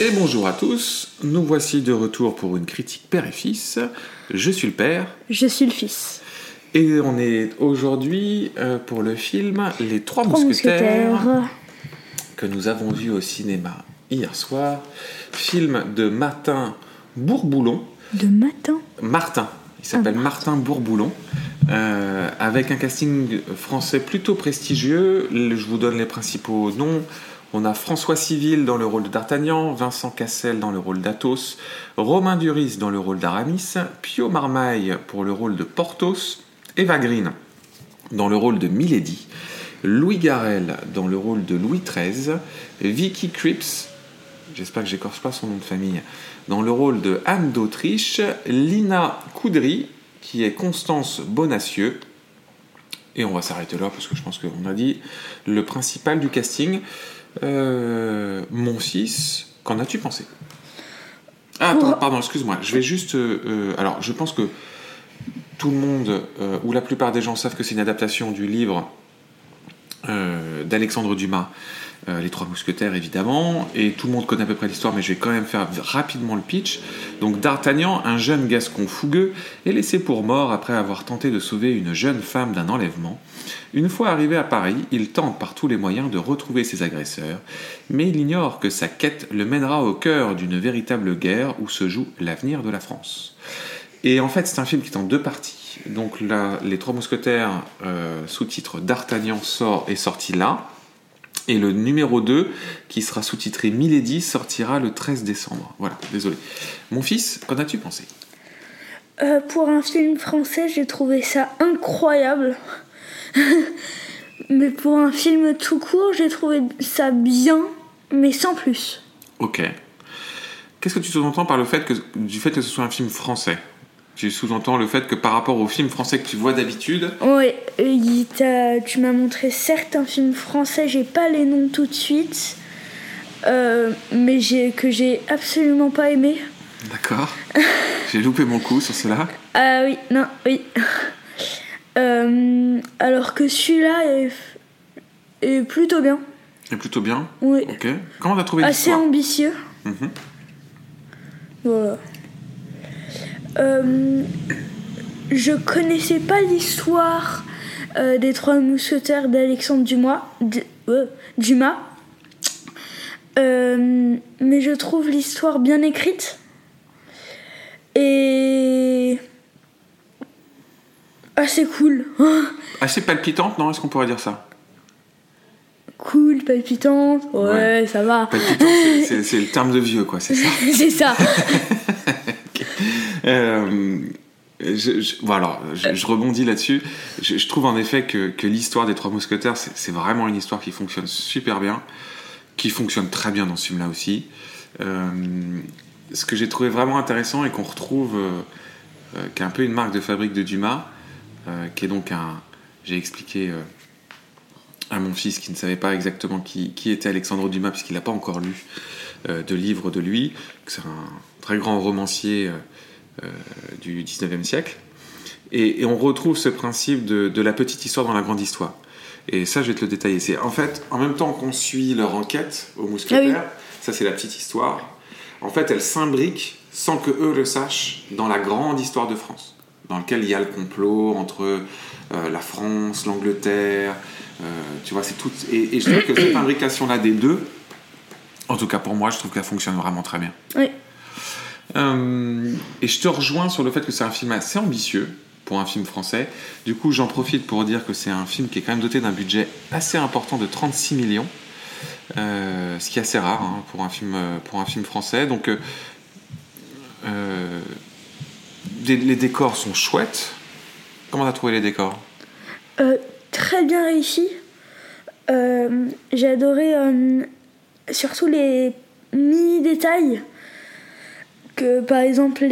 Et bonjour à tous, nous voici de retour pour une critique père et fils. Je suis le père. Je suis le fils. Et on est aujourd'hui pour le film Les Trois Mousquetaires que nous avons vu au cinéma hier soir. Film de Martin Bourboulon. Martin, il s'appelle Martin Bourboulon. Avec un casting français plutôt prestigieux. Je vous donne les principaux noms. On a François Civil dans le rôle de D'Artagnan, Vincent Cassel dans le rôle d'Athos, Romain Duris dans le rôle d'Aramis, Pio Marmaille pour le rôle de Porthos, Eva Green dans le rôle de Milady, Louis Garrel dans le rôle de Louis XIII, Vicky Krieps, j'espère que j'écorche pas son nom de famille, dans le rôle de Anne d'Autriche, Lina Coudry qui est Constance Bonacieux. Et on va s'arrêter là parce que je pense qu'on a dit le principal du casting. Mon fils, qu'en as-tu pensé ? Attends, pardon, excuse-moi. Je vais juste... alors, je pense que tout le monde, ou la plupart des gens savent que c'est une adaptation du livre d'Alexandre Dumas, Les Trois Mousquetaires, évidemment, et tout le monde connaît à peu près l'histoire, mais je vais quand même faire rapidement le pitch. Donc, D'Artagnan, un jeune Gascon fougueux, est laissé pour mort après avoir tenté de sauver une jeune femme d'un enlèvement. Une fois arrivé à Paris, il tente par tous les moyens de retrouver ses agresseurs, mais il ignore que sa quête le mènera au cœur d'une véritable guerre où se joue l'avenir de la France. Et en fait, c'est un film qui est en deux parties. Donc là, Les Trois Mousquetaires, sous-titre D'Artagnan est sorti là. Et le numéro 2, qui sera sous-titré Milady, sortira le 13 décembre. Voilà, désolé. Mon fils, qu'en as-tu pensé ? Pour un film français, j'ai trouvé ça incroyable. Mais pour un film tout court, j'ai trouvé ça bien, mais sans plus. Ok. Qu'est-ce que tu sous-entends par du fait que ce soit un film français ? Tu sous-entends le fait que par rapport aux films français que tu vois d'habitude... Oui, tu m'as montré certains films français, j'ai pas les noms tout de suite, mais que j'ai absolument pas aimé. D'accord. J'ai loupé mon coup sur cela. Oui. Alors que celui-là est plutôt bien. Est plutôt bien ? Oui. Ok. Comment t'as trouvé l'histoire ? Assez ambitieux. Mm-hmm. Voilà. Je connaissais pas l'histoire des Trois Mousquetaires d'Alexandre Dumas. Mais je trouve l'histoire bien écrite. Et... assez cool. Assez palpitante, non ? Est-ce qu'on pourrait dire ça ? Cool, palpitante. Ouais, ça va. Palpitante, c'est le terme de vieux, quoi, c'est ça ? C'est ça. Je rebondis là-dessus. Je trouve en effet que l'histoire des Trois Mousquetaires, c'est vraiment une histoire qui fonctionne super bien, qui fonctionne très bien dans ce film-là aussi. Ce que j'ai trouvé vraiment intéressant et qu'on retrouve, qui est un peu une marque de fabrique de Dumas, qui est donc j'ai expliqué à mon fils qui ne savait pas exactement qui était Alexandre Dumas, puisqu'il n'a pas encore lu de livre de lui, que c'est un très grand romancier du 19e siècle. Et on retrouve ce principe de la petite histoire dans la grande histoire. Et ça, je vais te le détailler. C'est en fait, en même temps qu'on suit leur enquête aux mousquetaires, ça c'est la petite histoire, en fait, elle s'imbrique, sans que eux le sachent, dans la grande histoire de France, dans laquelle il y a le complot entre la France, l'Angleterre, tu vois, c'est tout. Et je trouve que cette imbrication-là des deux, en tout cas pour moi, je trouve qu'elle fonctionne vraiment très bien. Oui. Et je te rejoins sur le fait que c'est un film assez ambitieux pour un film français. Du coup, j'en profite pour dire que c'est un film qui est quand même doté d'un budget assez important de 36 millions, ce qui est assez rare pour un film français. Donc, les décors sont chouettes. Comment t'as trouvé les décors ? Très bien réussi. J'ai adoré surtout les mini-détails. Que par exemple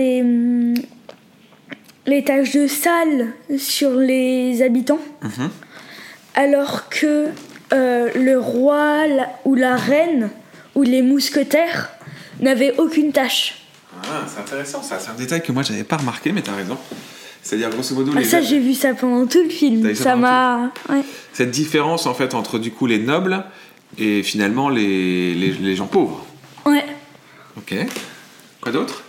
les taches de sale sur les habitants, alors que le roi ou la reine ou les mousquetaires n'avaient aucune tache. Ah, c'est intéressant ça, c'est un détail que moi j'avais pas remarqué, mais t'as raison. C'est-à-dire grosso modo j'ai vu ça pendant tout le film. Ça m'a... Ouais. Cette différence en fait entre du coup les nobles et finalement les gens pauvres. Ouais. Ok. Quoi d'autre?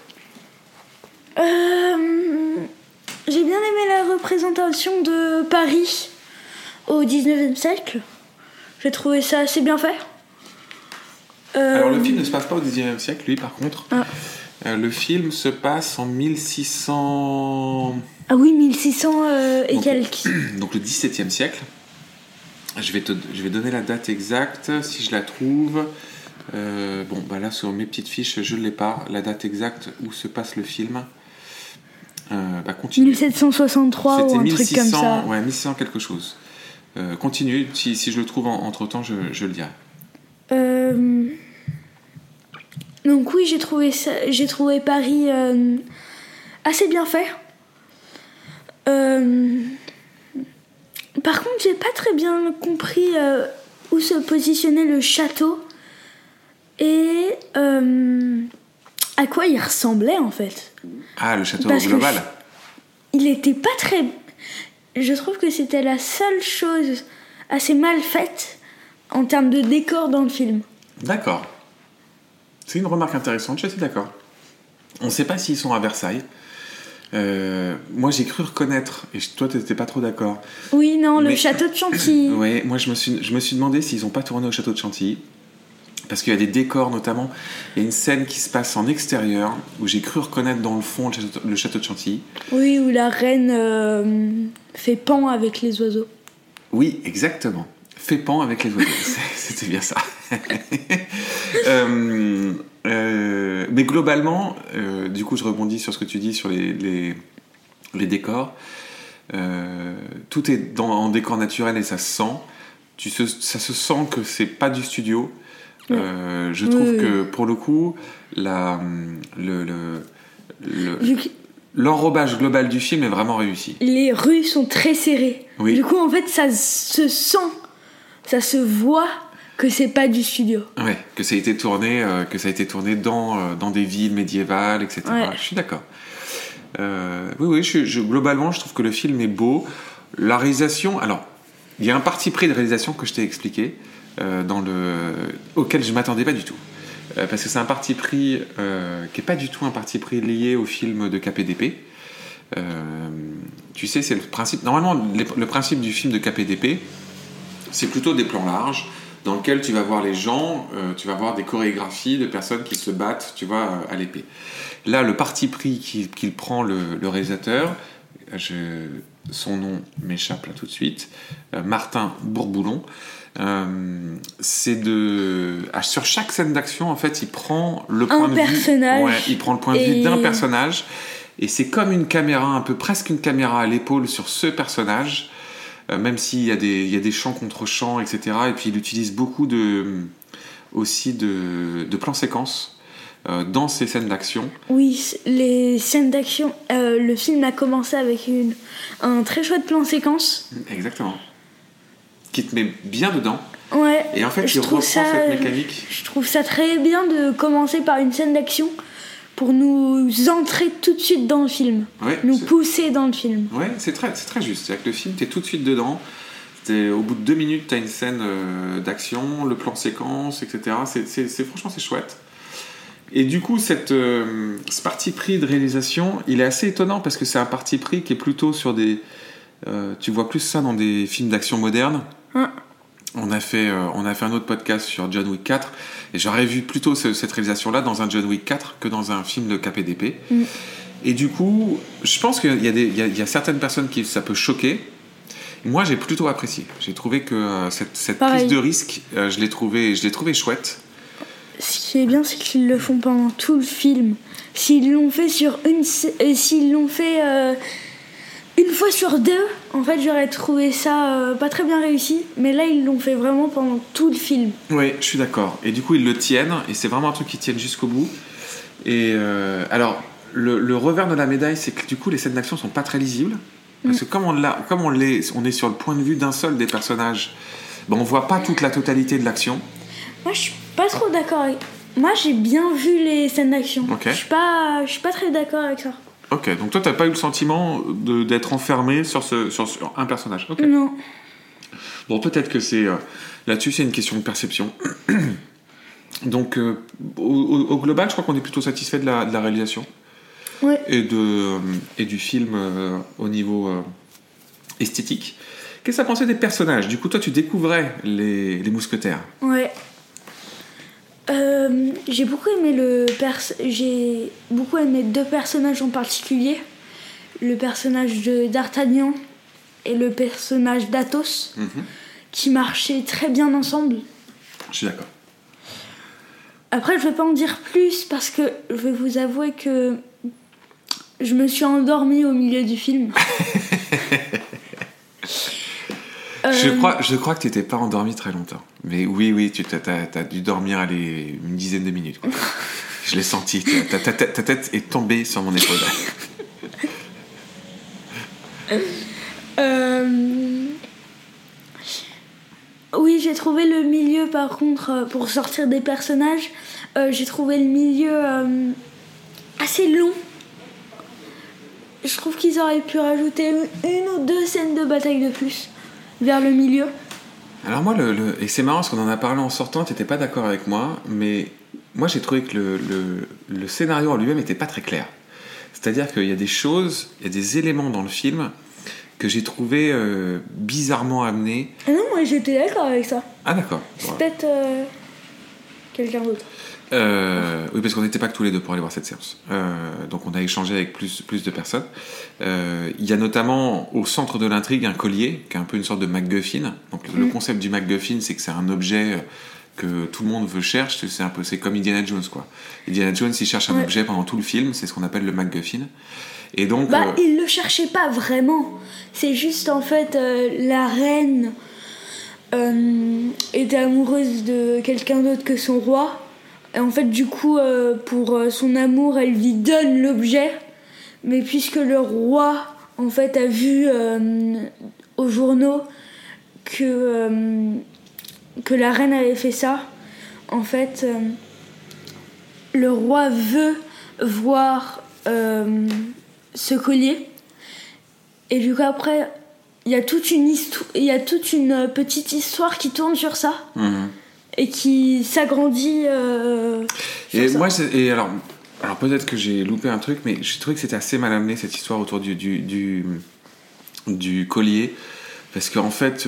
J'ai bien aimé la représentation de Paris au 19e siècle. J'ai trouvé ça assez bien fait. Alors le film ne se passe pas au 19e siècle, lui par contre. Le film se passe en 1600... Ah oui, 1600 et quelques. Donc le 17e siècle. Je vais donner la date exacte, si je la trouve. Là sur mes petites fiches, je ne l'ai pas. La date exacte où se passe le film. Continue. 1763 C'était ou un 1600, truc comme ça. Ouais, 1600 quelque chose. Continue, si je le trouve entre-temps, je le dirai. Donc oui, j'ai trouvé Paris assez bien fait. Par contre, j'ai pas très bien compris où se positionnait le château et à quoi il ressemblait en fait. Ah, le château Parce global. Il était pas très... Je trouve que c'était la seule chose assez mal faite en termes de décor dans le film. D'accord. C'est une remarque intéressante, je suis d'accord. On ne sait pas s'ils sont à Versailles. Moi, j'ai cru reconnaître, et toi, tu n'étais pas trop d'accord. Oui, non, le château de Chantilly. Oui, moi, je me suis demandé s'ils n'ont pas tourné au château de Chantilly. Parce qu'il y a des décors, notamment. Il y a une scène qui se passe en extérieur, où j'ai cru reconnaître dans le fond le château de Chantilly. Oui, où la reine fait pan avec les oiseaux. Oui, exactement. Fait pan avec les oiseaux. C'était bien ça. Mais globalement, du coup, je rebondis sur ce que tu dis sur les décors. Tout est en décor naturel et ça se sent. Ça se sent que c'est pas du studio. Je trouve que pour le coup, l'enrobage global du film est vraiment réussi. Les rues sont très serrées. Oui. Du coup, en fait, ça se sent, ça se voit que c'est pas du studio. Ouais, que ça a été tourné dans des villes médiévales, etc. Ouais. Je suis d'accord. Globalement, je trouve que le film est beau. La réalisation, alors, il y a un parti pris de réalisation que je t'ai expliqué, auquel je m'attendais pas du tout. Parce que c'est un parti pris qui n'est pas du tout un parti pris lié au film de KPDP. Tu sais, c'est le principe. Normalement, le principe du film de KPDP, c'est plutôt des plans larges dans lesquels tu vas voir les gens, tu vas voir des chorégraphies de personnes qui se battent, tu vois, à l'épée. Là, le parti pris qu'il prend le réalisateur, son nom m'échappe là tout de suite, Martin Bourboulon. Sur chaque scène d'action, en fait, il prend le point de vue. Ouais, il prend le point de vue d'un personnage, et c'est comme une caméra, presque une caméra à l'épaule sur ce personnage, même s'il y a des champs contre champs, etc. Et puis il utilise beaucoup aussi de plans séquences dans ces scènes d'action. Oui, les scènes d'action. Le film a commencé avec un très chouette plan séquence. Exactement. Qui te met bien dedans. Ouais. Et en fait, il reprend cette mécanique. Je trouve ça très bien de commencer par une scène d'action pour nous entrer tout de suite dans le film. Ouais, pousser dans le film. Ouais, c'est très juste. C'est-à-dire que le film, t'es tout de suite dedans. Au bout de 2 minutes, t'as une scène d'action, le plan séquence, etc. Franchement, c'est chouette. Et du coup, ce parti pris de réalisation, il est assez étonnant parce que c'est un parti pris qui est plutôt sur des... tu vois plus ça dans des films d'action modernes. On a fait un autre podcast sur John Wick 4 et j'aurais vu plutôt cette réalisation-là dans un John Wick 4 que dans un film de KPDP. Et du coup, je pense qu'il y a certaines personnes qui ça peut choquer. Moi, j'ai plutôt apprécié. J'ai trouvé que cette prise de risque, je l'ai trouvé chouette. Ce qui est bien, c'est qu'ils le font pendant tout le film. S'ils l'ont fait une fois sur 2, en fait, j'aurais trouvé ça pas très bien réussi. Mais là, ils l'ont fait vraiment pendant tout le film. Oui, je suis d'accord. Et du coup, ils le tiennent. Et c'est vraiment un truc qu'ils tiennent jusqu'au bout. Et alors, le revers de la médaille, c'est que du coup, les scènes d'action sont pas très lisibles. Parce que comme on est sur le point de vue d'un seul des personnages, on voit pas toute la totalité de l'action. Moi, je suis pas trop d'accord. Moi, j'ai bien vu les scènes d'action. Okay. Je suis pas très d'accord avec ça. Ok, donc toi, t'as pas eu le sentiment d'être enfermé sur un personnage. Okay. Non. Bon, peut-être que là-dessus, c'est une question de perception. Donc, au global, je crois qu'on est plutôt satisfait de la réalisation. Ouais. Et du film au niveau esthétique. Qu'est-ce que tu as pensé des personnages? Du coup, toi, tu découvrais les mousquetaires. Ouais. J'ai beaucoup aimé j'ai beaucoup aimé 2 personnages en particulier. Le personnage de d'Artagnan et le personnage d'Athos, qui marchaient très bien ensemble. Je suis d'accord. Après, je vais pas en dire plus parce que je vais vous avouer que je me suis endormie au milieu du film. Je crois que tu n'étais pas endormi très longtemps. Mais oui, tu as dû dormir une dizaine de minutes. Quoi. Je l'ai senti. Ta tête est tombée sur mon épaule. Oui, j'ai trouvé le milieu, par contre, pour sortir des personnages, j'ai trouvé le milieu assez long. Je trouve qu'ils auraient pu rajouter une ou 2 scènes de bataille de plus vers le milieu. Alors moi, et c'est marrant parce qu'on en a parlé en sortant, tu n'étais pas d'accord avec moi, mais moi j'ai trouvé que le scénario en lui-même n'était pas très clair. C'est-à-dire qu'il y a des choses, il y a des éléments dans le film que j'ai trouvé bizarrement amenés. Ah non, moi j'étais d'accord avec ça. Ah d'accord. C'est peut-être quelqu'un d'autre. Oui, parce qu'on n'était pas que tous les deux pour aller voir cette séance. Donc on a échangé avec plus de personnes. Il y a notamment au centre de l'intrigue un collier qui est un peu une sorte de MacGuffin. Donc le concept du MacGuffin, c'est que c'est un objet que tout le monde veut chercher. C'est comme Indiana Jones, quoi. Indiana Jones, il cherche un objet pendant tout le film. C'est ce qu'on appelle le MacGuffin. Et donc, il le cherchait pas vraiment. C'est juste en fait la reine était amoureuse de quelqu'un d'autre que son roi. Et en fait, du coup, pour son amour, elle lui donne l'objet. Mais puisque le roi, en fait, a vu aux journaux que la reine avait fait ça, en fait, le roi veut voir ce collier. Et du coup, après, il y a toute une petite histoire qui tourne sur ça. Et qui s'agrandit. Et moi, alors peut-être que j'ai loupé un truc, mais j'ai trouvé que c'était assez mal amené cette histoire autour du collier, parce qu'en fait.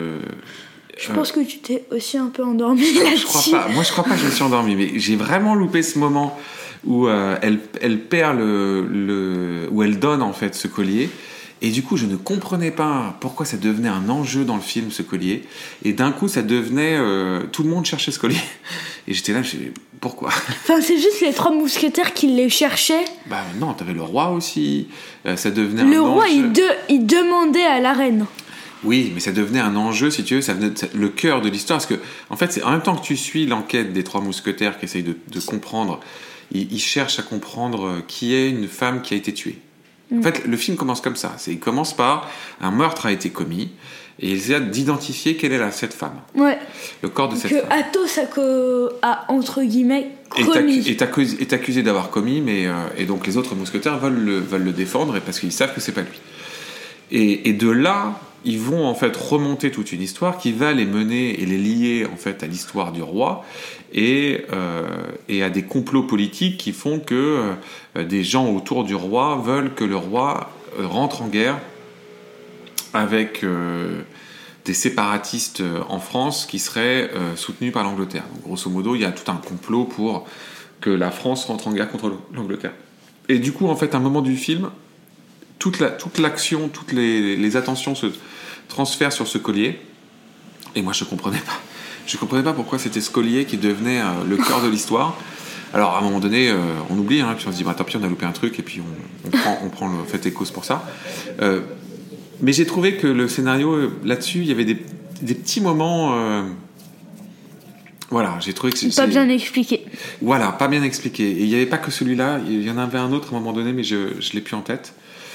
Je pense que tu t'es aussi un peu endormi là-dessus. Je crois pas. Moi, je crois pas que je me suis endormi, mais j'ai vraiment loupé ce moment où elle perd où elle donne en fait ce collier. Et du coup, je ne comprenais pas pourquoi ça devenait un enjeu dans le film, ce collier. Et d'un coup, ça devenait... tout le monde cherchait ce collier. Et j'étais là, pourquoi ? Enfin, c'est juste les 3 mousquetaires qui les cherchaient. Bah non, t'avais le roi aussi. Ça devenait le roi, il demandait à la reine. Oui, mais ça devenait un enjeu, si tu veux. Ça venait le cœur de l'histoire. Parce que, en fait, c'est en même temps que tu suis l'enquête des 3 mousquetaires qui essayent de comprendre, ils cherchent à comprendre qui est une femme qui a été tuée. En fait, le film commence comme ça. Il commence par un meurtre a été commis et ils essaient d'identifier quelle est cette femme. Ouais. Le corps de cette femme. Que Athos a entre guillemets commis. Est accusé d'avoir commis, mais et donc les autres mousquetaires veulent le défendre parce qu'ils savent que c'est pas lui. Et de là, ils vont en fait remonter toute une histoire qui va les mener et les lier en fait à l'histoire du roi et à des complots politiques qui font que des gens autour du roi veulent que le roi rentre en guerre avec des séparatistes en France qui seraient soutenus par l'Angleterre. Donc, grosso modo, il y a tout un complot pour que la France rentre en guerre contre l'Angleterre. Et du coup, en fait, à un moment du film, toute l'action, toutes les attentions se transfèrent sur ce collier. Et moi, je comprenais pas. Je comprenais pas pourquoi c'était ce collier qui devenait le cœur de l'histoire. Alors, à un moment donné, on oublie, puis on se dit, tant pis, on a loupé un truc, et puis on prend le fait et cause pour ça. Mais j'ai trouvé que le scénario, là-dessus, il y avait des petits moments... Voilà, j'ai trouvé que pas bien expliqué. Voilà, pas bien expliqué. Et il n'y avait pas que celui-là, il y en avait un autre à un moment donné, mais je l'ai plus en tête.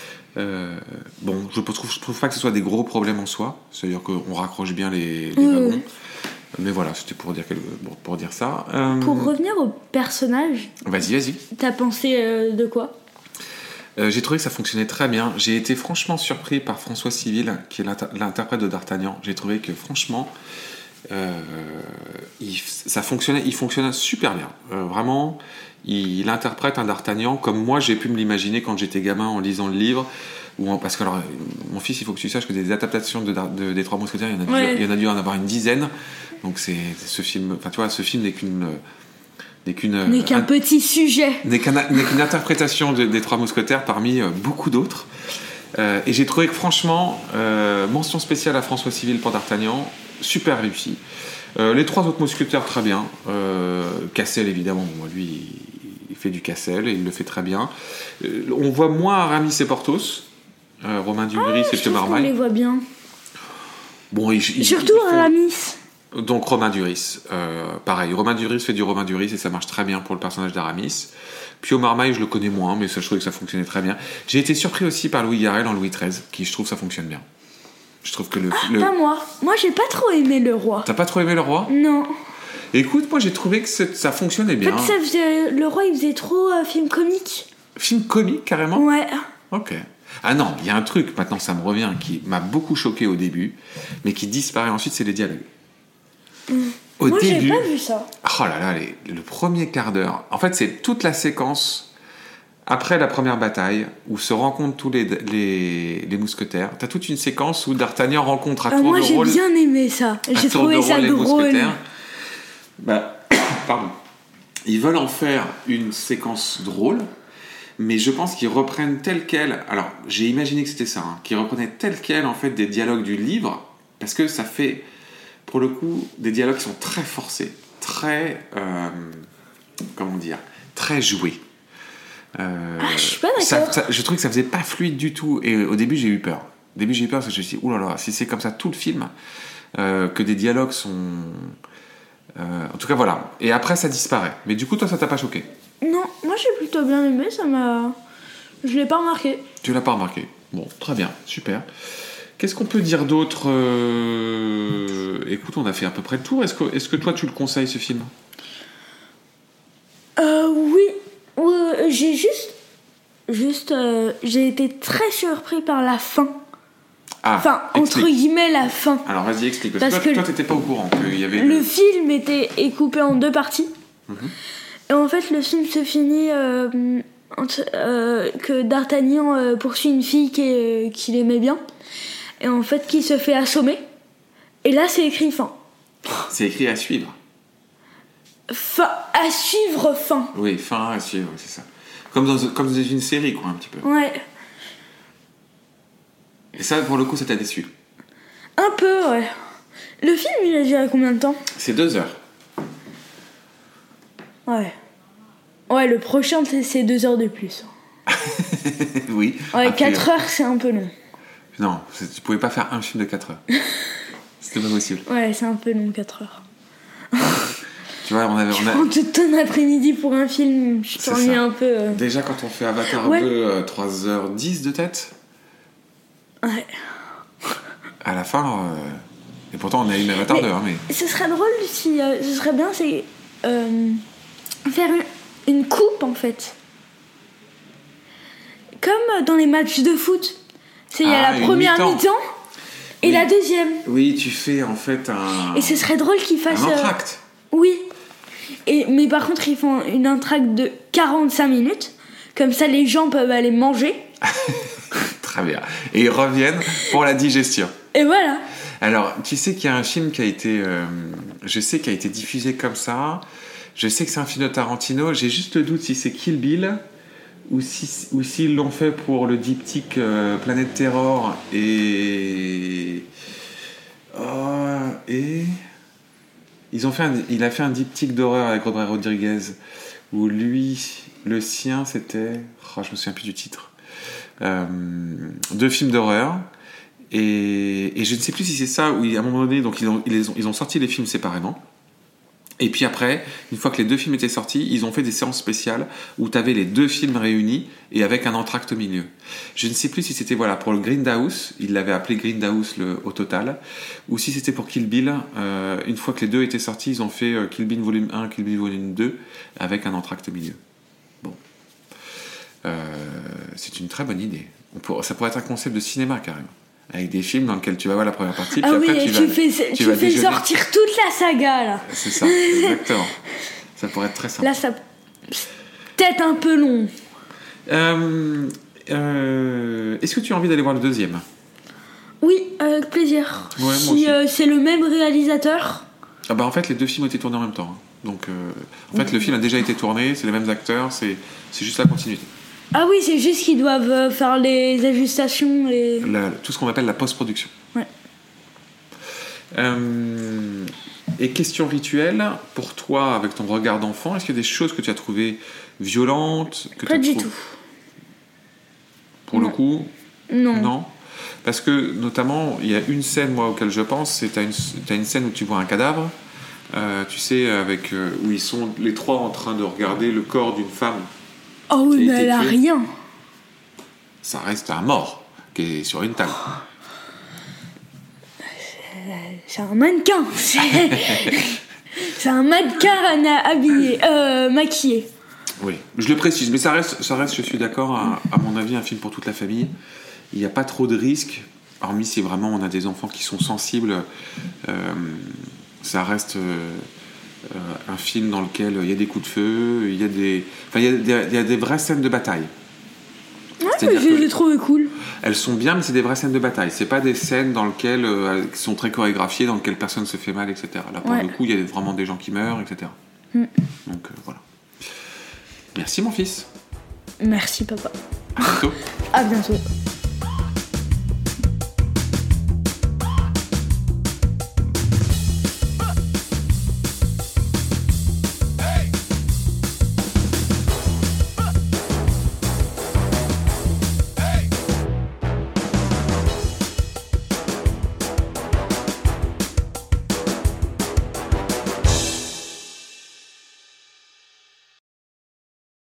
Bon, je trouve pas que ce soit des gros problèmes en soi, c'est-à-dire qu'on raccroche bien les wagons. Mais voilà, c'était pour dire ça. Pour revenir au personnage. Vas-y. T'as pensé de quoi ? J'ai trouvé que ça fonctionnait très bien. J'ai été franchement surpris par François Civil, qui est l'interprète de D'Artagnan. J'ai trouvé que franchement, il fonctionnait super bien. Vraiment, il interprète un d'Artagnan comme moi j'ai pu me l'imaginer quand j'étais gamin en lisant le livre. Parce que alors, mon fils, il faut que tu saches que des adaptations des Trois Mousquetaires, il y en a dû en avoir une dizaine. Donc c'est ce film. Enfin, tu vois, ce film n'est qu'un petit sujet. N'est qu'une interprétation des Trois Mousquetaires parmi beaucoup d'autres. Et j'ai trouvé que franchement, mention spéciale à François Civil pour d'Artagnan, super réussi. Les trois autres mousquetaires, très bien. Cassel, évidemment, lui, il fait du Cassel et il le fait très bien. On voit moins Aramis et Porthos, Romain Duris et Pio Marmaille. On les voit bien. Bon, surtout Aramis. Donc Romain Duris, pareil. Romain Duris fait du Romain Duris et ça marche très bien pour le personnage d'Aramis. Pio Marmaille, je le connais moins, mais ça, je trouvais que ça fonctionnait très bien. J'ai été surpris aussi par Louis Garrel en Louis XIII, qui je trouve ça fonctionne bien. Je trouve que Pas moi. Moi, j'ai pas trop aimé le roi. T'as pas trop aimé le roi ? Non. Écoute, moi j'ai trouvé que ça fonctionnait bien. En fait, le roi, il faisait trop film comique. Film comique, carrément ? Ouais. Ok. Ah non, il y a un truc, maintenant ça me revient, qui m'a beaucoup choqué au début, mais qui disparaît ensuite, c'est les dialogues. Moi, j'ai pas vu ça. Oh là là, le premier quart d'heure. En fait, c'est toute la séquence après la première bataille où se rencontrent tous les mousquetaires. T'as toute une séquence où D'Artagnan rencontre à tour de rôle. Moi, j'ai bien aimé ça. J'ai trouvé ça drôle. Pardon. Ils veulent en faire une séquence drôle, mais je pense qu'ils reprennent tel quel. Alors, j'ai imaginé que c'était ça, qu'ils reprenaient tel quel en fait des dialogues du livre, parce que ça fait. Pour le coup, des dialogues qui sont très forcés, très, très joués. Je suis pas d'accord. Je trouve que ça faisait pas fluide du tout. Et au début, j'ai eu peur. Parce que je me suis dit, oulala, si c'est comme ça tout le film, que des dialogues sont. En tout cas, voilà. Et après, ça disparaît. Mais du coup, toi, ça t'a pas choqué ? Non, moi j'ai plutôt bien aimé. Je l'ai pas remarqué. Tu l'as pas remarqué ? Bon, très bien, super. Qu'est-ce qu'on peut dire d'autre ? Écoute, on a fait à peu près le tour. Est-ce que toi, tu le conseilles, ce film ? Oui. J'ai j'ai été très surpris par la fin. Entre guillemets, la fin. Alors, vas-y, explique. Parce que toi, t'étais pas au courant qu'il y avait... Le film est coupé en 2 parties. Et en fait, le film se finit... que D'Artagnan poursuit une fille qu'il aimait bien. Et en fait, qui se fait assommer. Et là, c'est écrit fin. C'est écrit à suivre. À suivre fin. Oui, fin à suivre, c'est ça. Comme dans une série, quoi, un petit peu. Ouais. Et ça, pour le coup, ça t'a déçu ? Un peu, ouais. Le film, il a duré combien de temps ? C'est 2 heures. Ouais. Ouais, le prochain, c'est 2 heures de plus. Oui. Ouais, 4 heures, c'est un peu long. Non, tu pouvais pas faire un film de 4 heures. C'était pas possible. Ouais, c'est un peu long, 4 heures. Tu vois, on prends toute ton après-midi pour un film, je t'ennuie un peu. Déjà, quand on fait Avatar 2, 3h10 de tête. Ouais. À la fin, et pourtant on a eu Avatar 2, mais... Ce serait drôle si... ce serait bien, c'est... faire une coupe, en fait. Comme dans les matchs de foot. Il y a la première mi-temps et la deuxième. Oui, tu fais en fait un... Et ce serait drôle qu'ils fassent... Un entracte. Oui. Mais par contre, ils font une entracte de 45 minutes. Comme ça, les gens peuvent aller manger. Très bien. Et ils reviennent pour la digestion. Et voilà. Alors, tu sais qu'il y a un film qui a été... je sais qu'il a été diffusé comme ça. Je sais que c'est un film de Tarantino. J'ai juste le doute si c'est Kill Bill ou s'ils l'ont fait pour le diptyque Planète Terror et... Il a fait un diptyque d'horreur avec Robert Rodriguez où lui, le sien, c'était... je me souviens plus du titre. 2 films d'horreur et je ne sais plus si c'est ça où à un moment donné donc ils ont sorti les films séparément et puis après une fois que les 2 films étaient sortis ils ont fait des séances spéciales où tu avais les 2 films réunis et avec un entracte au milieu. Je ne sais plus si c'était pour le Grindhouse, ils l'avaient appelé Grindhouse au total, ou si c'était pour Kill Bill, une fois que les 2 étaient sortis ils ont fait Kill Bill volume 1, Kill Bill volume 2 avec un entracte au milieu. C'est une très bonne idée. Ça pourrait être un concept de cinéma carrément. avec des films dans lesquels tu vas voir la première partie, puis Ah après oui, tu fais sortir toute la saga, là. C'est ça, exactement. Ça pourrait être très sympa. Là, ça... peut-être un peu long. Est-ce que tu as envie d'aller voir le deuxième ? Oui, avec plaisir. Ouais, moi si c'est le même réalisateur. Ah bah en fait, les deux films ont été tournés en même temps. Donc, en fait, le film a déjà été tourné, c'est les mêmes acteurs, c'est juste la continuité. Ah oui, c'est juste qu'ils doivent faire les ajustations et... Tout ce qu'on appelle la post-production. Ouais. Et question rituelle, pour toi, avec ton regard d'enfant, est-ce qu'il y a des choses que tu as trouvées violentes que Pas du tout. Pour le coup, non. Non. Parce que, notamment, il y a une scène, moi, auquel je pense, c'est t'as une scène où tu vois un cadavre, tu sais, où ils sont les trois en train de regarder le corps d'une femme. Oh oui, mais elle a rien. Ça reste un mort qui est sur une table. C'est un mannequin. C'est un mannequin habillé, maquillé. Oui, je le précise, mais ça reste, je suis d'accord, à mon avis, un film pour toute la famille. Il n'y a pas trop de risques, hormis si vraiment on a des enfants qui sont sensibles. Ça reste un film dans lequel il y a des coups de feu, il y a des vraies scènes de bataille. Ouais, je les ai trouvées cool. Elles sont bien, mais c'est des vraies scènes de bataille. C'est pas des scènes dans lesquelles qui sont très chorégraphiées, dans lesquelles personne se fait mal, etc. Là, pour le coup, il y a vraiment des gens qui meurent, etc. Donc voilà. Merci mon fils. Merci papa. À bientôt. À bientôt.